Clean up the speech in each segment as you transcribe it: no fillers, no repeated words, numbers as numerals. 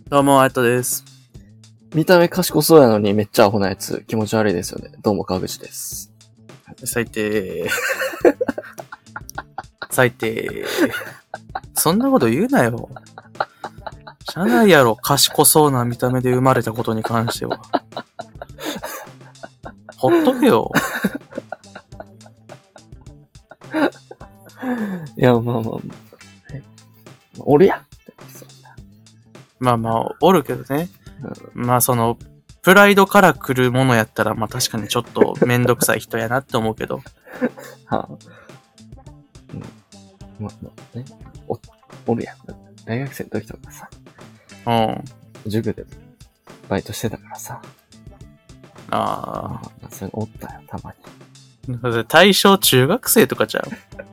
どうも、あやとです。 見た目賢そうやのにめっちゃアホなやつ気持ち悪いですよね。どうも川口です。 最低。最低。そんなこと言うなよ。しゃあないやろ、賢そうな見た目で生まれたことに関しては。ほっとけよ。 いや、まあ、おるやん。 まあまあ、おるけどね。まあプライドから来るものやったら、まあ確かにちょっとめんどくさい人やなって思うけど。 はあ、まあね。おるやん。大学生の時とかさ、塾でバイトしてたからさ。 ああ。それおったよ、たまに。対象中学生とかちゃう。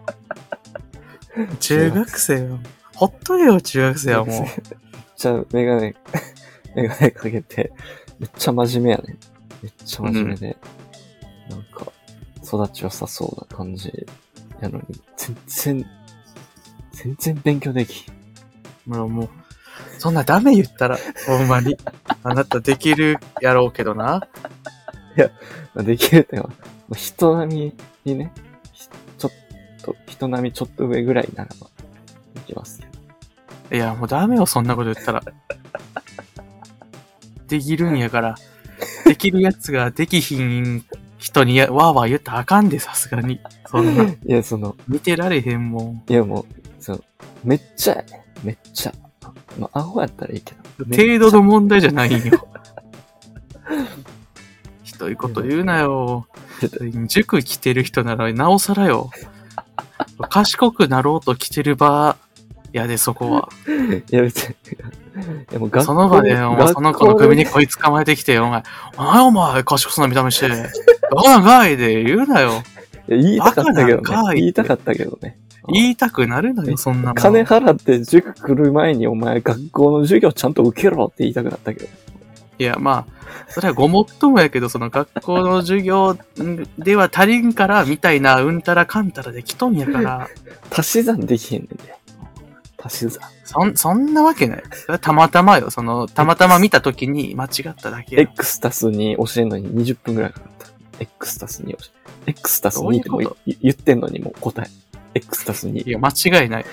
中学生は。ほっとけよ、中学生はもう。 めっちゃメガネかけて、めっちゃ真面目やね。めっちゃ真面目で、なんか、育ち良さそうな感じやのに、全然勉強できん。 もう、そんなダメ言ったら、ほんまに。あなたできるやろうけどな。 いや、できるってのは、人並みにね、人並みちょっと上ぐらいならば、できますけど。 いや、もうダメよ、そんなこと言ったら。できるんやから、できるやつができひん人にわーわー言ったらあかんで、さすがに。そんな。 いや、 見てられへんもん。 いやもう、めっちゃやね。めっちゃ。まあ、アホやったらいいけど。 程度の問題じゃないんよ。ひどいこと言うなよ。塾来てる人ならなおさらよ。賢くなろうと来てる場やで、そこは。 いや、別に。いやもうその場で、その子の首にこいつ捕まえてきて、お前、お前、賢そうな見た目して、バカなんかいで言うなよ。 言いたかったけどね。言いたかったけどね。 言いたくなるのよ、そんなもん。 金払って塾来る前にお前学校の授業ちゃんと受けろって言いたくなったけど。 いや、まあ、それはごもっともやけど、その学校の授業では足りんから、みたいなうんたらかんたらできとんやから。 足し算できへんねんで。足し算。 そんなわけない。たまたまよ。たまたま見たときに間違っただけ。 X 足す2教えるのに20分くらいかかった。X 足す2教え。X 足す2ってもう言ってんのにもう答え。X 足す2。 いや、間違いない。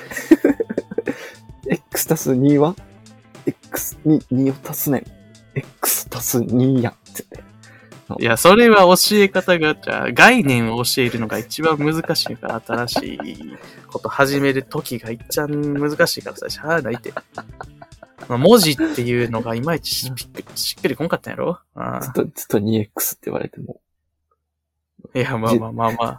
X 足す2は X に2を足すねん。X 足す2やんってね。 いや、それは教え方が、じゃあ、概念を教えるのが一番難しいから、新しいこと始めるときが一番難しいからさ、しゃあないって。文字っていうのがいまいちしっくりこんかったんやろ。 ずっと 2X って言われても。 いや、まあ。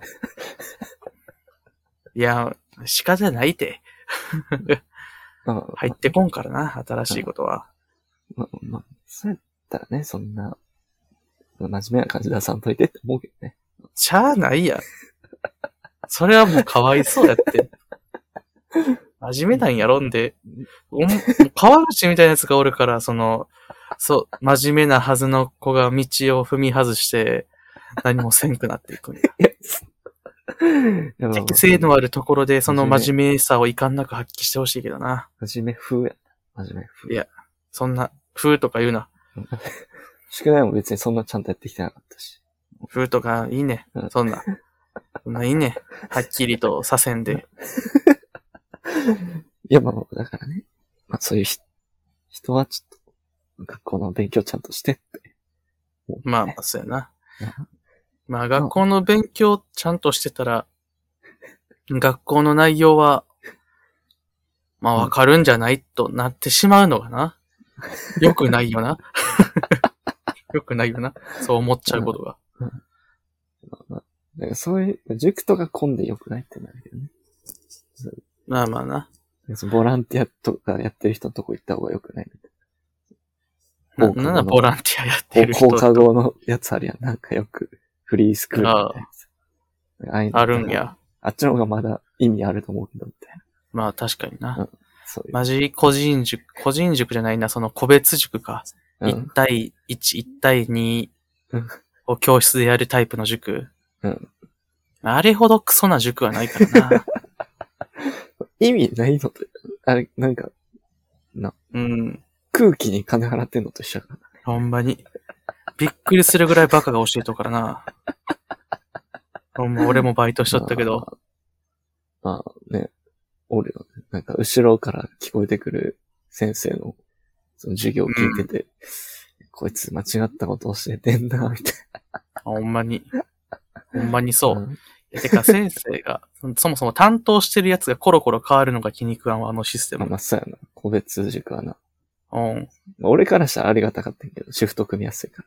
いや、仕方ないて。入ってこんからな、新しいことは。 そうやったらね、そんな、真面目な感じ出さんといてって思うけどね。 しゃあないや。それはもうかわいそうやって。真面目なんやろんで。川口みたいなやつがおるから、真面目なはずの子が道を踏み外して、何もせんくなっていくんや。適性のあるところで、その真面目さをいかんなく発揮してほしいけどな。 真面目風や。真面目風。 いや、そんな、風とか言うな。 宿題も別にそんなちゃんとやってきてなかったし。 風とかいいね。そんな。いいね。はっきりとさせんで。 いや、だからね。そういう人はちょっと、学校の勉強ちゃんとしてって。 まあ、そうやな。学校の勉強ちゃんとしてたら、学校の内容は、わかるんじゃないとなってしまうのかな。よくないよな。よくないよな。そう思っちゃうことが。 だからそういう、塾とか混んでよくないってなるけどね。 まあな。 ボランティアとかやってる人のとこ行った方がよくないみたいな。なんだボランティアやってる人。 放課後のやつあるやん。なんかよく、フリースクールみたいなやつ。 あるんや。 あっちの方がまだ意味あると思うけど、みたいな。 まあ確かにな。 そういう。 マジ個人塾じゃないな、個別塾か。1対1、1対2を教室でやるタイプの塾。あれほどクソな塾はないからな。 意味ないのと、あれ、なんか、 うん。 空気に金払ってんのと一緒やからね。 ほんまに。びっくりするぐらいバカが教えとくからな。ほんま俺もバイトしとったけど。 まあね、おるよね。なんか後ろから聞こえてくる先生のその授業を聞いてて、こいつ間違ったこと教えてんな、みたいな。 ほんまに。ほんまにそう。 んてか先生が、そもそも担当してるやつがコロコロ変わるのが気に食わんわ、あのシステム。 まあそうやな。個別塾はな。 うん。 俺からしたらありがたかったけど、シフト組みやすいから。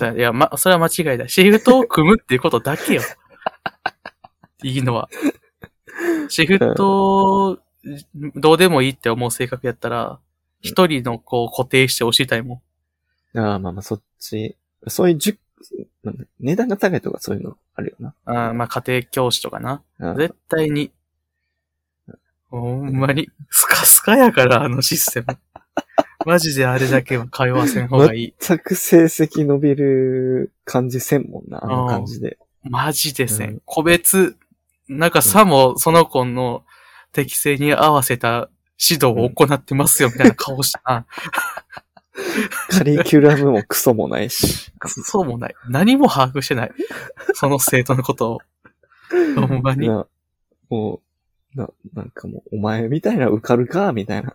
いや、それは間違いだ。シフトを組むっていうことだけよ。いいのは。シフト、どうでもいいって思う性格やったら、一人の子を固定して教えたいもん。 ああ、まあまあそっち、そういう塾、値段が高いとかそういうのあるよな。 まあ家庭教師とかな。絶対に。ほんまに、スカスカやから、あのシステム。マジであれだけは通わせん方がいい。 全く成績伸びる感じせんもんな、あの感じで。 マジでせん。個別、なんかさもその子の適性に合わせた指導を行ってますよ、みたいな顔したな。 カリキュラムもクソもないし。 そうもない。何も把握してない。その生徒のことを。ほんまに。 もう、なんかもう、お前みたいな受かるかみたいな。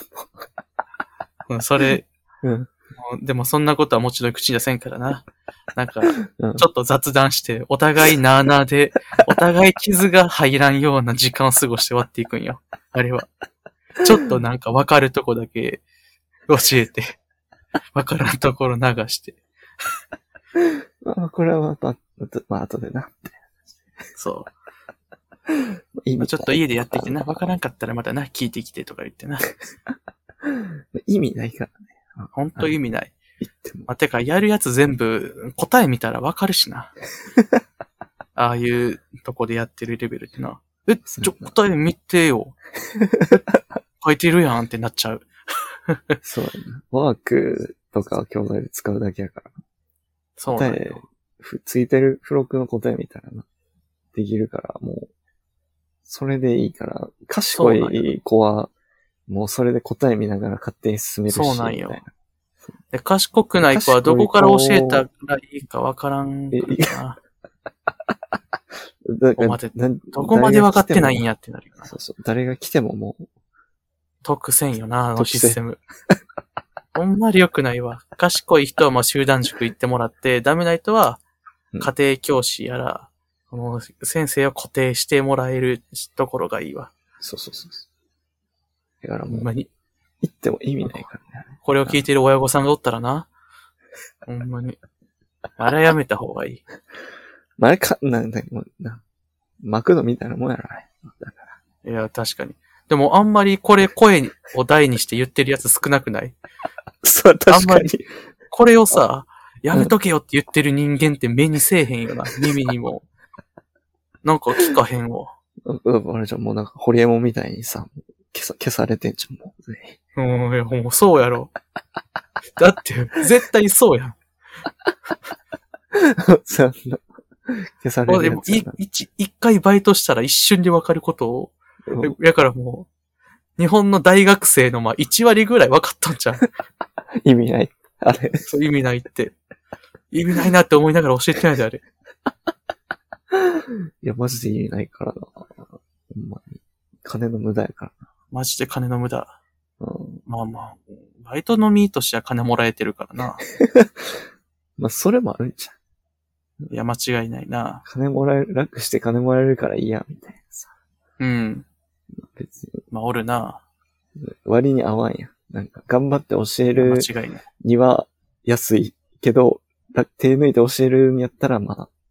それ、 うん、 でもそんなことはもちろん口に出せんからな。なんか、ちょっと雑談して、お互いなーなーで、お互い傷が入らんような時間を過ごして終わっていくんよ。あれは。ちょっとなんか分かるとこだけ教えて、分からんところ流して。 まあ、これはまあ、後でなって。 そう。ちょっと家でやってきてな。分からんかったらまたな、聞いてきてとか言ってな。 意味ないからね。 ほんと意味ない。てか、やるやつ全部答え見たら分かるしな。ああいうとこでやってるレベルってな。答え見てよ。書いてるやんってなっちゃう。 そうやな。ワークとか教材で使うだけやから。 そうだね。 ついてる付録の答え見たらな。できるから、もう、それでいいから、賢い子は、もうそれで答え見ながら勝手に進めるし。 そうなんよ。で、賢くない子はどこから教えたらいいかわからんからな。どこまで分かってないんやってなるよな。 そうそう。誰が来てももう。 得せんよな、あのシステム。ほんまり良くないわ。賢い人はまあ集団塾行ってもらって、ダメな人は家庭教師やら、先生を固定してもらえるところがいいわ。 そうそうそう。だからもう、 ほんまに。 行っても意味ないからね。 これを聞いている親御さんがおったらな。ほんまに。あれやめた方がいい。 あれ巻くのみたいなもんやろ、だから。いや、確かに。でもあんまりこれ声を大にして言ってるやつ少なくない？ そう、確かに。あんまりこれをさ、やめとけよって言ってる人間って目にせえへんよな。耳にも。なんか聞かへんわ。 あれじゃん、もうなんか、ホリエモンみたいにさ、消されてんじゃん、もう。いや、もうそうやろ。だって、絶対そうやん。 消されるやつやな。 一回バイトしたら一瞬で分かることを、やからもう、日本の大学生の1割ぐらい分かったんじゃん。 意味ない。あれ。 そう、意味ないって。意味ないなって思いながら教えてないで、あれ。 いや、マジで意味ないからな。ほんまに。金の無駄やからな。 マジで金の無駄。まあまあ、バイトの身としては金もらえてるからな。 まあ、それもあるんじゃん。いや、間違いないな。 楽して金もらえるからいいや、みたいなさ。 うん。 別に。 まあ、おるな。 割に合わんや。なんか、頑張って教えるには安いけど、手抜いて教えるんやったら、まあ、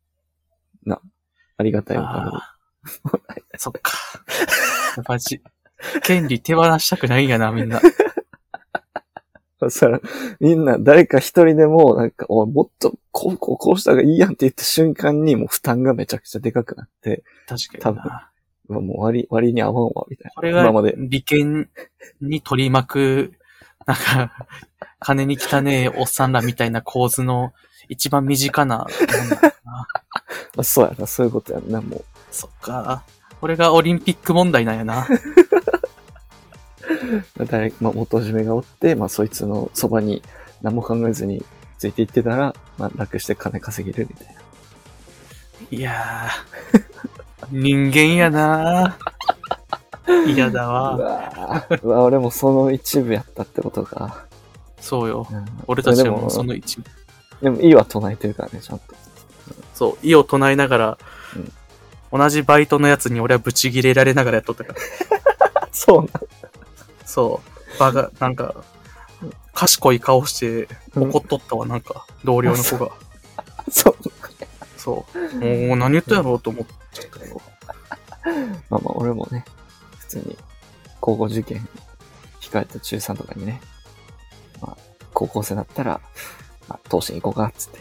ありがたいお金。 そっか。マジ。権利手放したくないんやな、みんな。 そしたら、みんな誰か一人でも、なんか、もっとこうした方がいいやんって言った瞬間に、もう負担がめちゃくちゃでかくなって。 確かにな。 多分、もう割に合わんわ、みたいな。 これが、利権に取り巻く、なんか、金に汚ねえおっさんらみたいな構図の一番身近なもんだな。そうやな、そういうことやんな、もう。 そっか。これがオリンピック問題なんやな。 まあ、元締めがおって、まあ、そいつのそばに何も考えずについていってたら、まあ、楽して金稼げるみたいな。 いやー、人間やなー。嫌だうわ。 わーうわ、俺もその一部やったってことか。 そうよ。 うん俺たちはもうその一部。 でも、いいは唱えてるからね、ちゃんと。 そう、意を唱えながら、同じバイトのやつに俺はブチギレられながらやっとったから。 そうなんそう。バカ、なんか、賢い顔して怒っとったわ、なんか、同僚の子が。 そう。 そう。もう何言ったやろうと思っちゃったけど。 まあまあ、俺もね、普通に、高校受験控えた中3とかにね、まあ、高校生だったら、まあ、東進行こうか、っつって。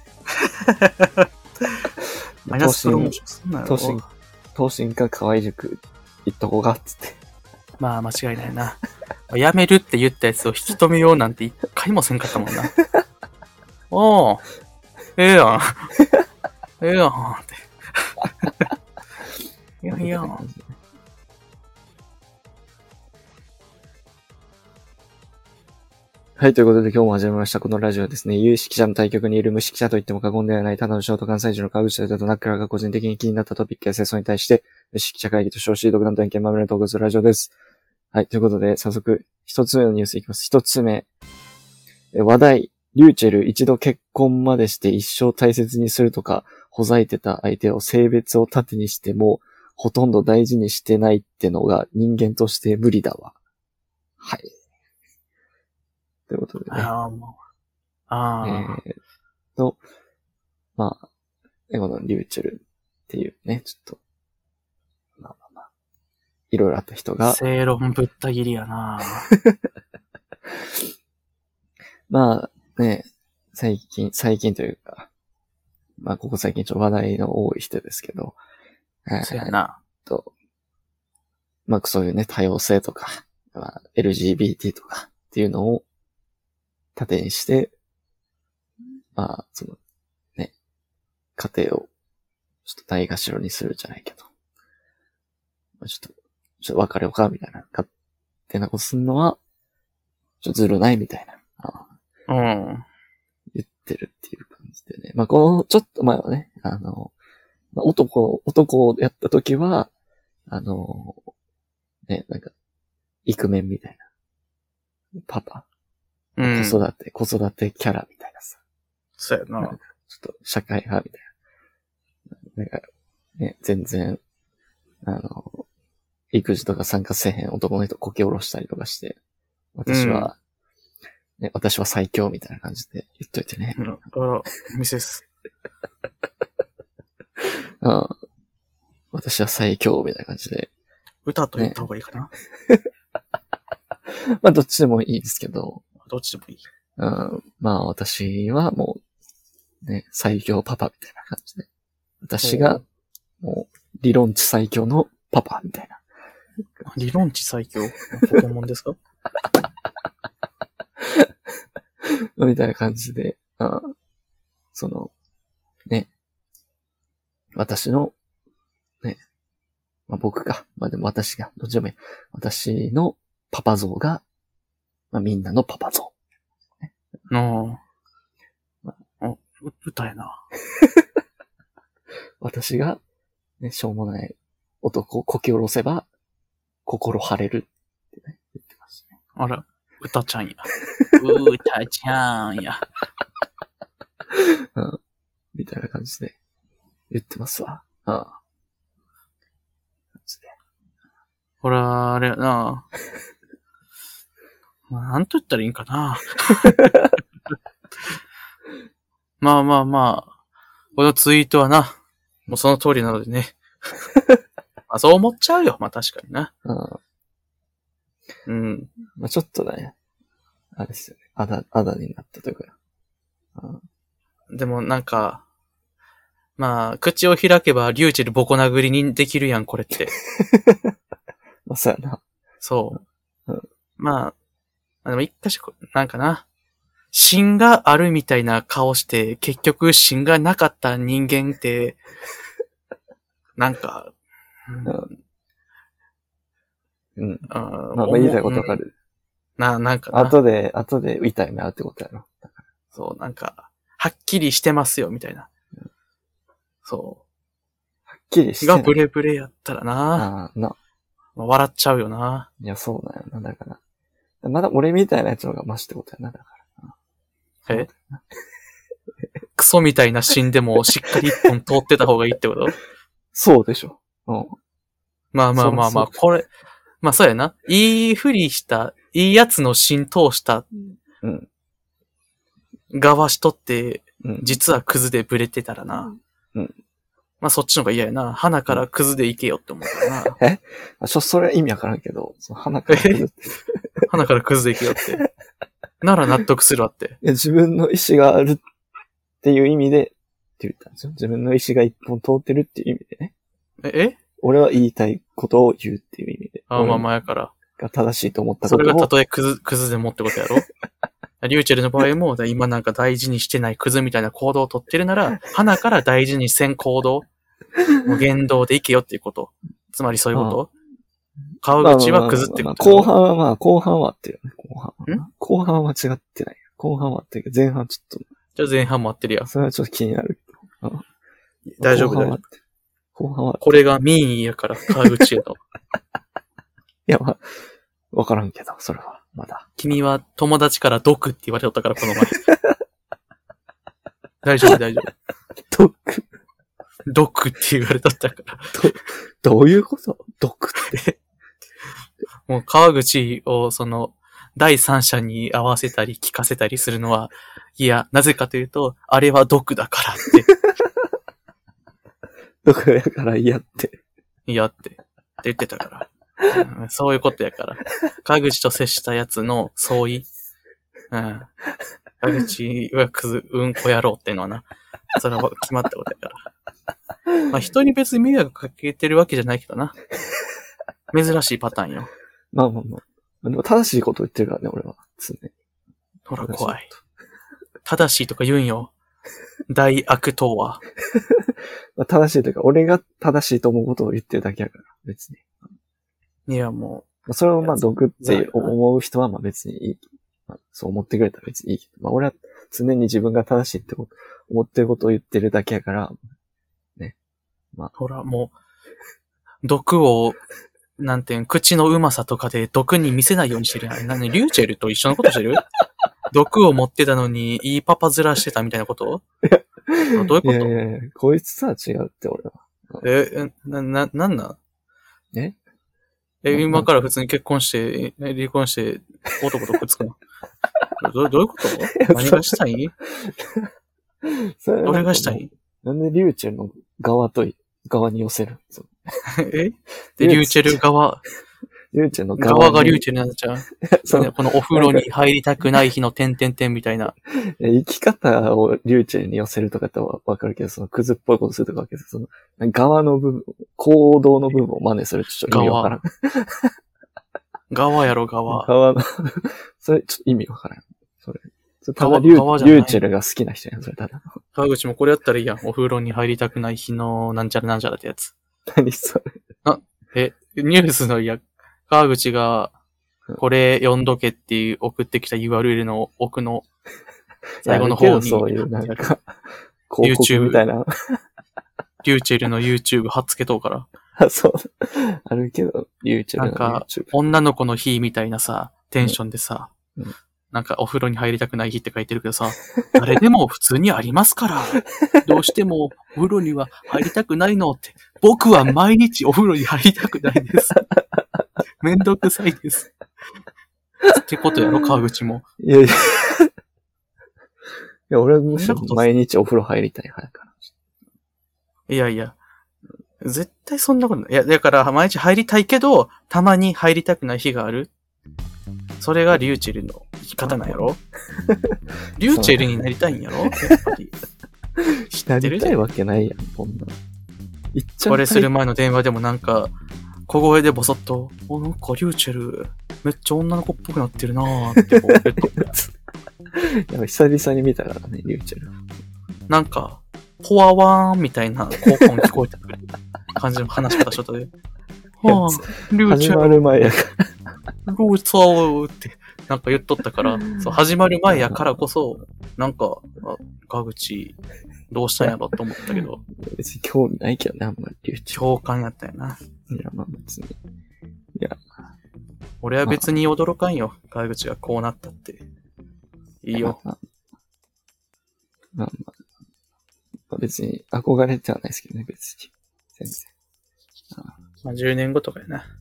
マイナスプロモーションすんなよ。 東進か河合塾行っとこうか、っつって。 まあ間違いないな。辞めるって言ったやつを引き止めようなんて一回もせんかったもんな。おー、ええやん。ええやんって。いやいやん。 はい、ということで今日も始めました。このラジオはですね、有識者の対局にいる無識者と言っても過言ではない、ただのショート関西人の川口とナックラが個人的に気になったトピックや世相に対して、無識者会議と称し、独断と偏見まみれのトークするラジオです。はい、ということで、早速、一つ目のニュースいきます。一つ目。話題、リューチェル一度結婚までして一生大切にするとか、ほざいてた相手を性別を盾にしても、ほとんど大事にしてないってのが人間として無理だわ。はい。ということでね。 ああ、もう。ああ。 まあ、このリューチェルっていうね、ちょっと、まあ、いろいろあった人が。 正論ぶった切りやなまあね、最近というか、まあここ最近ちょっと話題の多い人ですけど、 そうやな。 まあそういうね、多様性とか、まあ、LGBT とかっていうのを盾にして、まあ、その、ね、家庭をちょっと大頭にするじゃないけど、まあ、ちょっと別れようかみたいな、勝手なことすんのは、ちょっとずるないみたいな、言ってるっていう感じでね。まあこの、ちょっと前はね、まあ、男をやった時は、ね、なんか、イクメンみたいな。パパ。子育てキャラみたいなさ。 そうやな。 ちょっと社会派みたいな。なんか、ね、全然、育児とか参加せへん男の人こけ下ろしたりとかして、私は最強みたいな感じで言っといてね。 ミセス。 私は最強みたいな感じで。 歌と言った方がいいかな。 まあ、どっちでもいいですけど。 どっちでもいい。 まあ、私はもう、ね、最強パパみたいな感じで。私が、もう、理論値最強のパパみたいな。 理論値最強ポケモンですかみたいな感じで、その、ね、私の、ね、まあ僕か。まあでも私が、どっちでもいい。私のパパ像が、まあみんなのパパ像。 歌やな。 私が、ね、しょうもない男をこき下ろせば、心晴れるってね、言ってますね。 あら、歌ちゃんや。歌ちゃんや。 みたいな感じで言ってますわ。 ほら、あれやな。なんと言ったらいいんかな。まあ。このツイートはな、もうその通りなのでね。まあそう思っちゃうよ。まあ確かにな。 まあちょっとね、あれですよね。あだになったというか。 でもなんか、まあ、口を開けばリューチェルボコ殴りにできるやん、これって。 まあそうやな。 そう。まあ、でも一箇所、なんかな。芯があるみたいな顔して、結局芯がなかった人間って、なんか、 うん。 ままあ言いたいことわかる。 なんかな。 後で痛い目合うってことやろ。 そう、なんか、はっきりしてますよ、みたいな。そう。 はっきりしてない。 がブレブレやったらな。笑っちゃうよな。 いや、そうだよな。だから。まだ俺みたいなやつの方がマシってことやな。だからな。 クソみたいな芯でもしっかり一本通ってた方がいいってことそうでしょ。うん。 まあ、これ、まあそうやな。いいふりした、いいやつの芯通した側しとって、実はクズでブレてたらな。 うん。 まあそっちの方が嫌やな。鼻からクズでいけよって思うからな。それは意味わからんけど、鼻からクズって。 鼻からクズでいけよって。なら納得するわって。 いや、自分の意思があるっていう意味で、って言ったんですよ。自分の意思が一本通ってるっていう意味でね。俺は言いたいことを言うっていう意味で。 まあやから。 が正しいと思ったことを。 それがたとえクズでもってことやろリューチェルの場合も、今なんか大事にしてないクズみたいな行動をとってるなら、鼻から大事にせん行動、もう言動でいけよっていうこと。つまりそういうこと、川口はクズってこと。 後半は合ってるよね。後半は間違ってない。後半は合ってるけど、前半ちょっと。 じゃあ前半も合ってるやん。 それはちょっと気になる。 大丈夫だよ。 後半は。 これが民意やから、川口への。 いや、まあ、わからんけど、それは、まだ。 君は友達から毒って言われとったから、この前。大丈夫。毒って言われとったから。 どういうこと毒って。 もう川口を第三者に合わせたり聞かせたりするのは、いや、なぜかというと、あれは毒だからって。 毒やから嫌って。 嫌って言ってたから、そういうことやから。川口と接したやつの相違。川口はうんこやろうってのはな。それは決まったことやから。まあ人に別に迷惑かけてるわけじゃないけどな。珍しいパターンよ。 まあ。でも正しいこと言ってるからね、俺は。常に。 ほら、怖い。正しいとか言うんよ。大悪党は。 正しいというか、俺が正しいと思うことを言ってるだけやから、別に。 いや、もう。それを毒って思う人は別にいい。そう思ってくれたら別にいいけど。俺は常に自分が正しいって思ってることを言ってるだけやから、ね。 ほら、もう、毒を、なんていう口のうまさとかで毒に見せないようにしてるやん。リューチェルと一緒のことしてる毒を持ってたのに、いいパパ面してたみたいなことどういうこと？ いや、こいつとは違うって、俺は。 なんなん今から普通に結婚して、離婚して、男とくっつくのどういうこと何がしたい俺がしたいなんでリューチェルの側に寄せるで、リューチェル側。 リューチェルの側がリューチェルになっちゃう。このお風呂に入りたくない日の点みたいな。 生き方をリューチェルに寄せるとかってわかるけど、クズっぽいことするとかわけです。側の部分、行動の部分を真似するとちょっと意味わからん。 側やろ、側。 側の、それちょっと意味わからん。それただリューチェルが好きな人やん、それただ。 川口もこれやったらいいやん。お風呂に入りたくない日のなんちゃらなんちゃらってやつ。 何それ。 ニュースの川口が、これ読んどけっていう送ってきた URL の奥の最後の方に。 そういうなんか、広告みたいな。 リューチェルの YouTube 貼っつけとうから。 そう。あるけど、リューチェルの YouTube。 なんか、女の子の日みたいなさ、テンションでさ、なんかお風呂に入りたくない日って書いてるけどさ、誰でも普通にありますから。どうしてもお風呂には入りたくないのって。僕は毎日お風呂に入りたくないです。めんどくさいです。ってことやろ、川口も。 いや、俺も毎日お風呂入りたい派やから。 いや、絶対そんなことない。いや、だから毎日入りたいけど、たまに入りたくない日がある。それがリューチェルの生き方なんやろリューチェルになりたいんやろやっぱり。 なりたいわけないやん、こんな。 これする前の電話でもなんか、小声でボソッと、なんかリューチェル、めっちゃ女の子っぽくなってるなーって思ってた。久々に見たからね、リューチェル。 なんか、ポワワーンみたいな効果音聞こえてくる感じの話し方しとったで。 はあ、りゅうち始ゃん、 まる前やかルーツーってなんか言っとったから、そう、始まる前やからこそ、なんか、川口、どうしたんやろと思ったけど、 ら、別に興味ないけどね、あんまりリュウちゃん。 共感やったよな。 いや、まあ別に。いや、 俺は別に驚かんよ。川口がこうなったって。いいよ。 まあ別に憧れてはないですけどね、別に。全然。 まあ、10年後とかやな。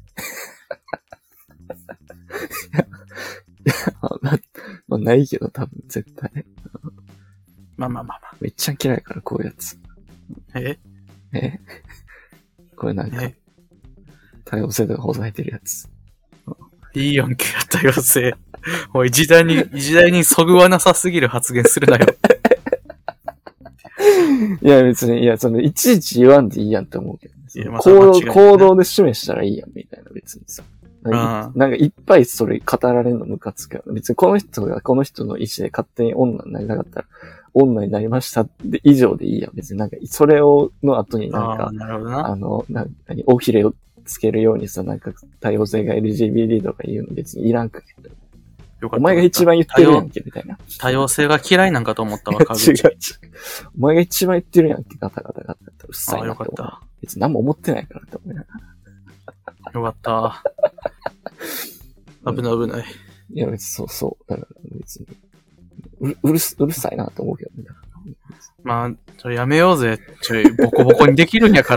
まあないけど、多分絶対。 まあまあまあまあ。 めっちゃ嫌いから、こういうやつ。 えこれなんかえ、 多様性とかほざいてるやつ。 いいやんけ、多様性。おい、時代にそぐわなさすぎる発言するなよ。 いや、別に、いや、いちいち言わんでいいやんって思うけど、ね。 いやまあそれは間違いない行動で示したらいいやん、みたいな、別にさ。 あなんかいっぱいそれ語られるのムカつくよ。別にこの人がこの人の意思で勝手に女になりたかったら、女になりましたって以上でいいやん。別になんか、それの後になんか、 なるほどな。 尾ひれをつけるようにさ、なんか多様性が LGBT とか言うの別にいらんくね。 よかった。 お前が一番言ってるやんけ、みたいな。 多様性が嫌いなんかと思ったわ、川違う違口。 う。お前が一番言ってるやんけ、ガタガタガタガタ。うっさいああ、 なって思う。 よかった。 別に何も思ってないからって思うな。 よかった。危ない危ない。 いや、別にそう。だから別に。うるさいなと思うけどね。 まあ、やめようぜ。ボコボコにできるんやから。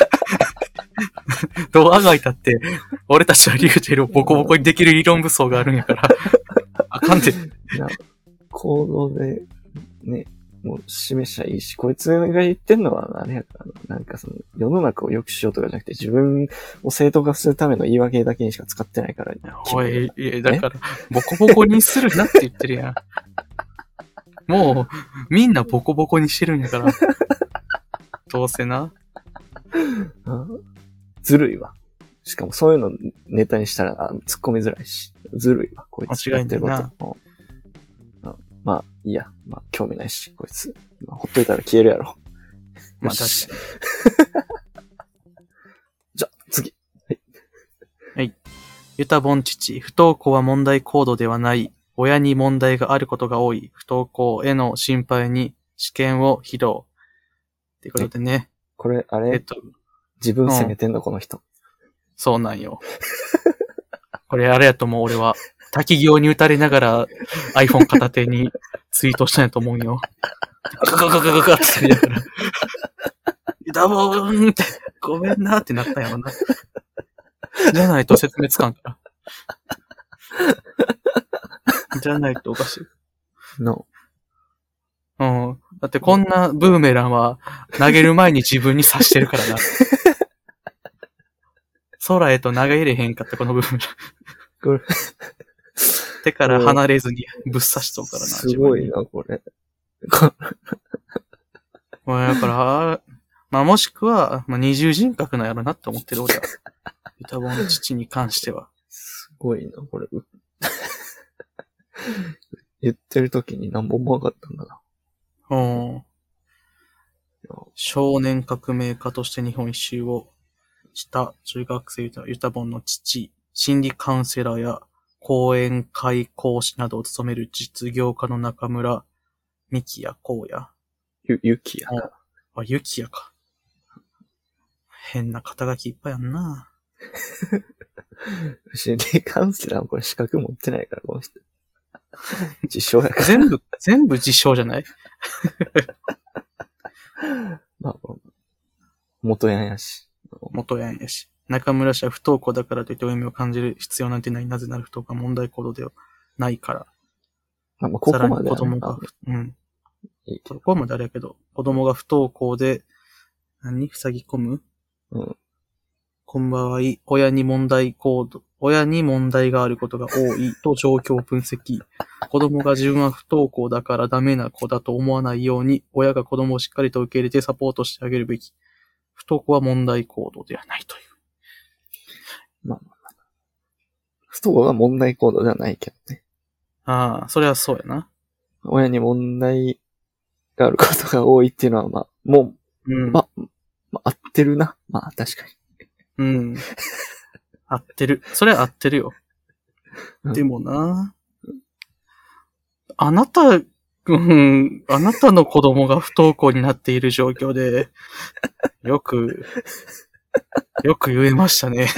どうあがいたって、俺たちはリュウチェルをボコボコにできる理論武装があるんやから。あかんて。 行動で、ね、もう示しゃいいし、こいつが言ってんのはあれやからな、なんか世の中を良くしようとかじゃなくて、自分を正当化するための言い訳だけにしか使ってないから。 おい、だから、ボコボコにするなって言ってるやん。もう、みんなボコボコにしてるんやから。どうせな。 ずるいわ。しかもそういうのネタにしたら突っ込みづらいし。ずるいわ、こいつ。 間違いないな。 まあ、いいや。まあ、興味ないし、こいつ。まあ、ほっといたら消えるやろ。 まあ、確かに。 じゃ、次。 はい。ユタボン父、不登校は問題行動ではない。親に問題があることが多い。不登校への心配に試験を披露。っていうことでね。 これ、あれ、自分責めてんの、この人。 そうなんよ。これあれやと思う、俺は。滝行に打たれながら iPhone 片手にツイートしたんやと思うんよ。ガガガガガガって言いながら。ダボーンって、ごめんなってなったんやろな。じゃないと説明つかんから。じゃないとおかしい。 No. うん。だってこんなブーメランは投げる前に自分に刺してるからな。空へと投げ入れへんかったこのブーメラン。 これ手から離れずにぶっ刺しとうからな。 すごいな、これ。 だから、まあもしくは、まあ二重人格なんやろなって思ってる俺は。ユタボンの父に関しては。 すごいな、これ。言ってる時に何本も分かったんだな。 うん。少年革命家として日本一周をした中学生ユタボンの父、心理カウンセラーや講演会講師などを務める実業家の中村美希やこうや。 ゆきやか。 あ、ゆきやか。変な肩書きいっぱいあんな。 心理カウンセラーもこれ資格持ってないから、この人。自称やから。 全部自称じゃないまあ、元ヤンやし。 元ヤンやし。中村氏は不登校だからといって負い目を感じる必要なんてない。なぜなら不登校は問題行動ではないから。 まあ、ここまで、ね。 さらに子供が、ここまであれやけど、子供が不登校で、塞ぎ込むこの場合、親に問題があることが多いと状況を分析。子供が自分は不登校だからダメな子だと思わないように、親が子供をしっかりと受け入れてサポートしてあげるべき。不登校は問題行動ではないという。 まあ、不登校は問題行動ではないけどね。 ああ、それはそうやな。 親に問題があることが多いっていうのは、まあ、もう、まあ、合ってるな。まあ、確かに。 うん。合ってる。それは合ってるよ。 うんでもな、あなたの子供が不登校になっている状況で、よく言えましたね。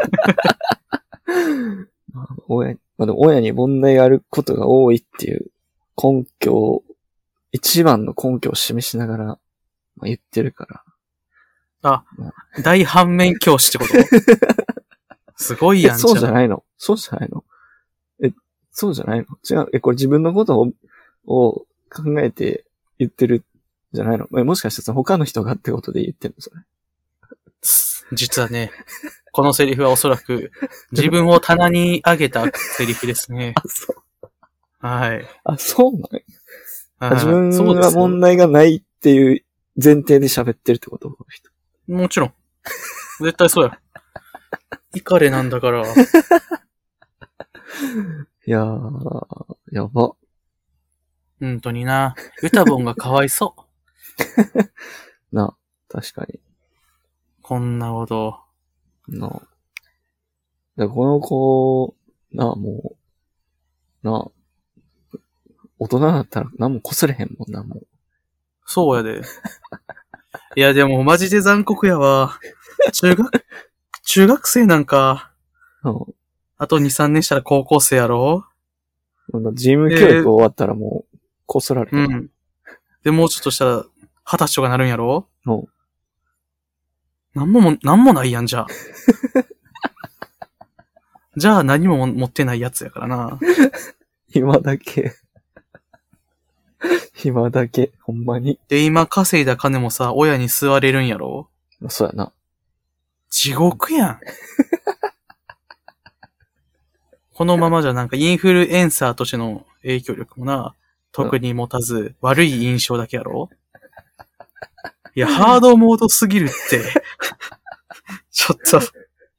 でも親に問題があることが多いっていう根拠、一番の根拠を示しながら、言ってるから。 あ、大反面教師ってことすごいやん。 そうじゃないのそうじゃないのそうじゃないの違う。これ自分のことを考えて言ってるじゃないのもしかしてその他の人がってことで言ってんのそれ。 実はね、このセリフはおそらく自分を棚に上げたセリフですね。 あ、そう。 はい。 あ、そうなの自分そうですは問題がないっていう前提で喋ってるってことこの人。 もちろん。絶対そうや。イカレなんだから。 いやー、やば。 本当にな。ユタボンがかわいそう。 な、確かに。 こんなこと。 なあ。この子、もう、大人だったら何もこすれへんもんな、もう。 そうやで。いや、でもマジで残酷やわ。中学生なんか、あと2、3年したら高校生やろ？ 事務教育終わったらもう、こすられる。 うん。で、もうちょっとしたら、20歳とかなるんやろ？なんもないやん、じゃあ。じゃあ何も持ってないやつやからな。 今だけ、ほんまに。 で、今稼いだ金もさ、親に吸われるんやろ？ そうやな。 地獄やん。このままじゃなんかインフルエンサーとしての影響力もな、特に持たず、悪い印象だけやろ？いや、ハードモードすぎるって。ちょっと、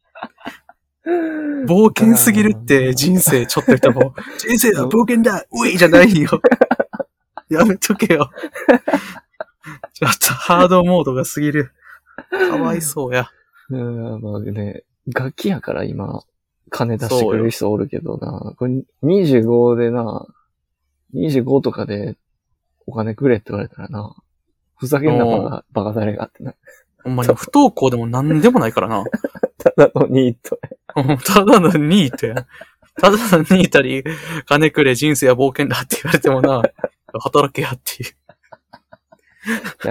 冒険すぎるって人生ちょっと人も、人生は冒険だういじゃないよ。やめとけよ。ちょっとハードモードがすぎる。かわいそうや。 ガキやから今、金出してくれる人おるけどな。これ25でな、25とかでお金くれって言われたらな、ふざけんなバカ誰がってな。 ほんまに不登校でも何でもないからな。 ただのニートや。ただのニートや。ただのニートに金くれ人生は冒険だって言われてもな、働けやっていう。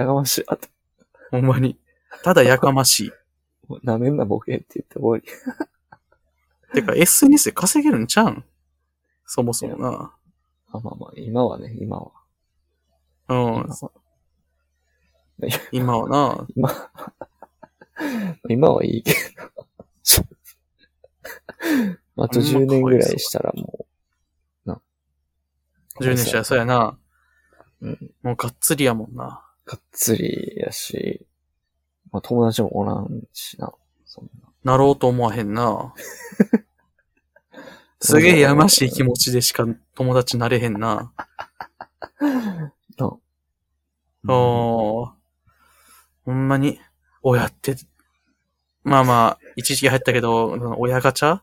やがましい。 ほんまに。ただやかましい。 なめんなボケって言って終わり。 てか SNS で稼げるんちゃうんそもそもな。 今はね、今は。 うん。今はな。 今はいいけど。あと10年ぐらいしたらもう、 10年したらそうやな。 うん。 もうがっつりやもんな。 がっつりやし、友達もおらんしな。そんな。 なろうと思わへんな。すげえやましい気持ちでしか友達なれへんな。ほんまに、親って、一時期入ったけど、親ガチャ？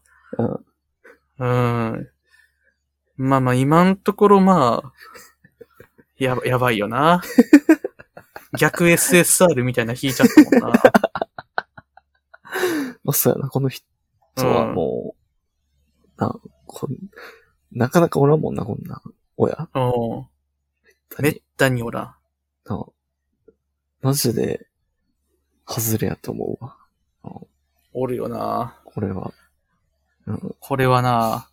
今のところやばいよな。逆 SSR みたいな引いちゃったもんな。 そうやな、この人はもう、なかなかおらんもんな、こんな、親。 めったにおらん。 マジで、外れやと思うわ。 おるよな。 これは。 これはな。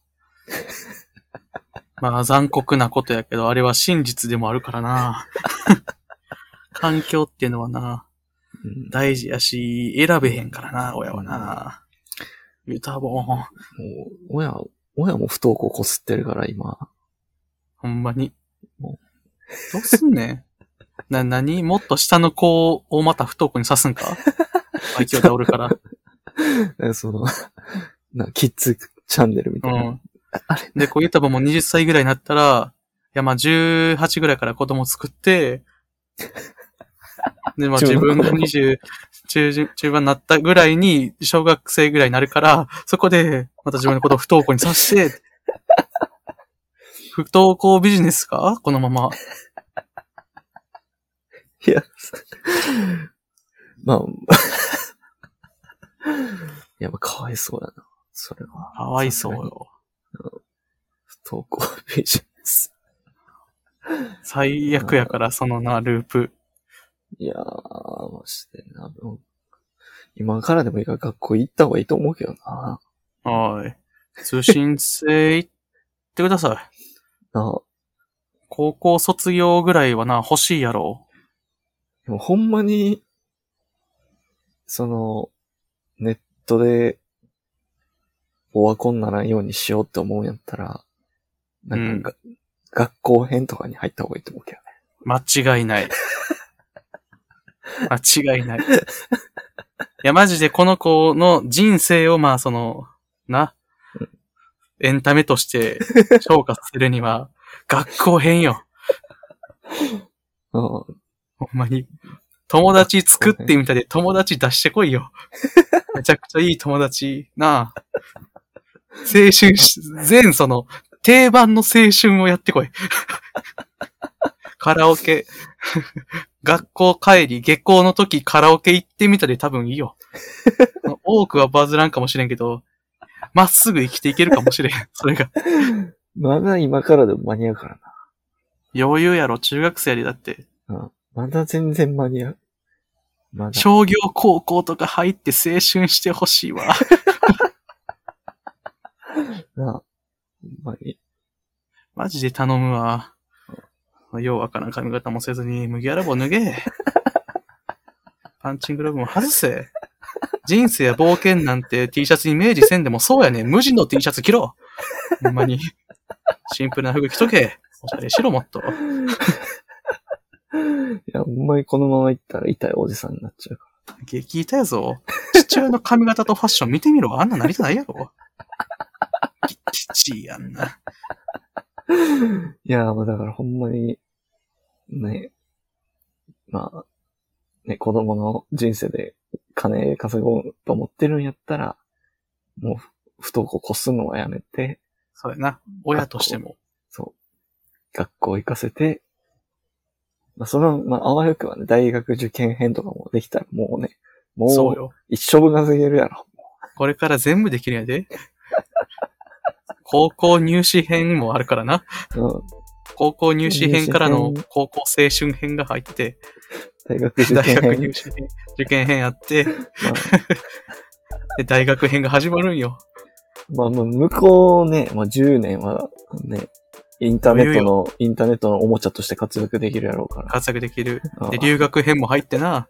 残酷なことやけど、あれは真実でもあるからな。環境っていうのはな、大事やし、選べへんからな、親はな。ユタボン。もう、親も不登校こすってるから、今。 ほんまに。どうすんねん。何もっと下の子をまた不登校に刺すんか愛嬌倒るから。 キッズチャンネルみたいな。 で、ユタボンも20歳ぐらいになったら、18ぐらいから子供作って、で、自分が20 中盤になったぐらいに、小学生ぐらいになるから、そこで、また自分のことを不登校にさせて、不登校ビジネスかこのまま。 いや、まあ、いや、かわいそうだな。それは。 かわいそうよ。 不登校ビジネス。 最悪やから、そのな、ループ。 いやー、マジでな。今からでもいいから学校行った方がいいと思うけどな。 はい。通信制行ってください。 なあ。 高校卒業ぐらいはな、欲しいやろ。 でもほんまに、ネットで、オワコンならんようにしようって思うんやったら、なんか、学校編とかに入った方がいいと思うけどね。 間違いない。間違いない。いや、マジでこの子の人生を、まあ、エンタメとして消化させるには、学校編よ。ほんまに。友達作ってみたで友達出してこいよ。めちゃくちゃいい友達なあ。青春全定番の青春をやってこい。カラオケ。学校帰り、下校の時カラオケ行ってみたで多分いいよ。多くはバズらんかもしれんけど、まっすぐ生きていけるかもしれん。それが。 まだ今からでも間に合うからな。 余裕やろ、中学生やりだって。 うん。まだ全然間に合う。まだ。 商業高校とか入って青春してほしいわ。 なあ。ほんまに。 マジで頼むわ。ようわからん髪型もせずに麦わら帽脱げ。パンチングローブも外せ。人生や冒険なんて T シャツに明示せんでもそうやねん。無地の T シャツ着ろ。ほんまに。シンプルな服着とけ。おしゃれしろもっと。 いや、ほんまにこのまま行ったら痛いおじさんになっちゃうから。 激痛やぞ。父親の髪型とファッション見てみろ。あんななりたないやろ。きちやんな。 いや、だからほんまに、ね、まあ、ね、子供の人生で金稼ごうと思ってるんやったら、もう不登校こすのはやめて、 そうやな。親としても。 そう。学校行かせて、まあ、あわよくはね、大学受験編とかもできたらもうね、 そうよ。 一生分稼げるやろ。 これから全部できるんやで。高校入試編もあるからな。 うん。 高校入試編からの高校青春編が入って、 大学受験編。 大学入試編、受験編あって、で大学編が始まるんよ。 まあ、向こうね、まあ10年はね、インターネットのおもちゃとして活躍できるやろうから。 活躍できる。で、留学編も入ってな。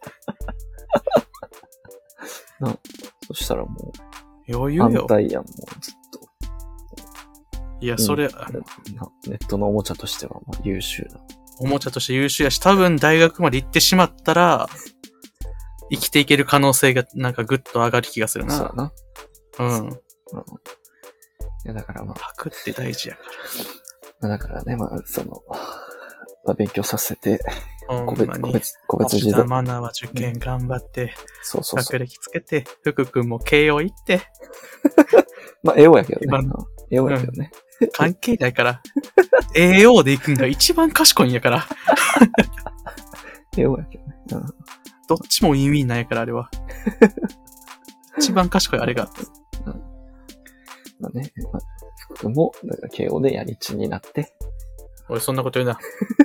そしたらもう、 余裕よ。 反対やん、もうずっと。 いや、それ、 ネットのおもちゃとしてはまあ優秀な。 おもちゃとして優秀やし、多分大学まで行ってしまったら、生きていける可能性がなんかぐっと上がる気がするな。 そうやな。 うん。 いや、だからまあ。 白って大事やかだからね、まあ、勉強させて、 ら。 個別児童。 マナーは受験頑張って、 そう学歴つけて、福君も慶応行って。 まあ、栄養やけどね。栄養やけどね。 関係ないから。栄養で行くんが一番賢いんやから。 栄養やけどね。 どっちも意味ないから、あれは。一番賢い、あれが。 まあね、福君も、だから慶応でやりちになって。 俺そんなこと言うな。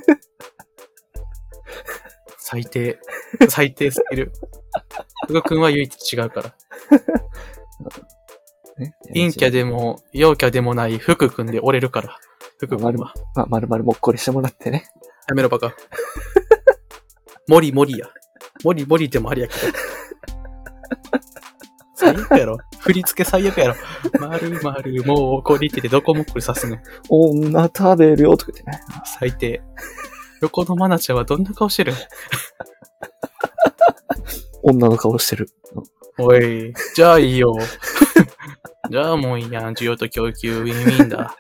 最低すぎる。福君は唯一違うから。 ね、 陰キャでも、陽キャでもない福君で折れるから。福君は。 まあ、丸々もっこりしてもらってね。 やめろバカ。モリや。モリでもありやけど。最悪やろ。振り付け最悪やろ。丸もうこりっててどこもっこりさすねん。 女食べるよとか言ってね。 最低。横のマナちゃんはどんな顔してるん？ 女の顔してる。 おい、じゃあいいよ。じゃあもういいやん。需要と供給ウィンウィンだ。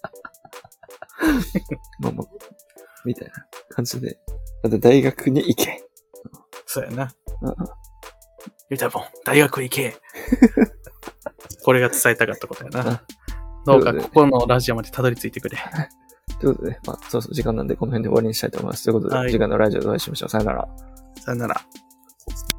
まあ、みたいな感じで。だって大学に行け。 そうやな。 ゆたぼん、大学行け。これが伝えたかったことやな。 あどうかここのラジオまでたどり着いてくれ。 ということで、まあ、そうそう、時間なんでこの辺で終わりにしたいと思います。ということで、 はい次回のラジオでお会いしましょう。さよなら。 さよなら。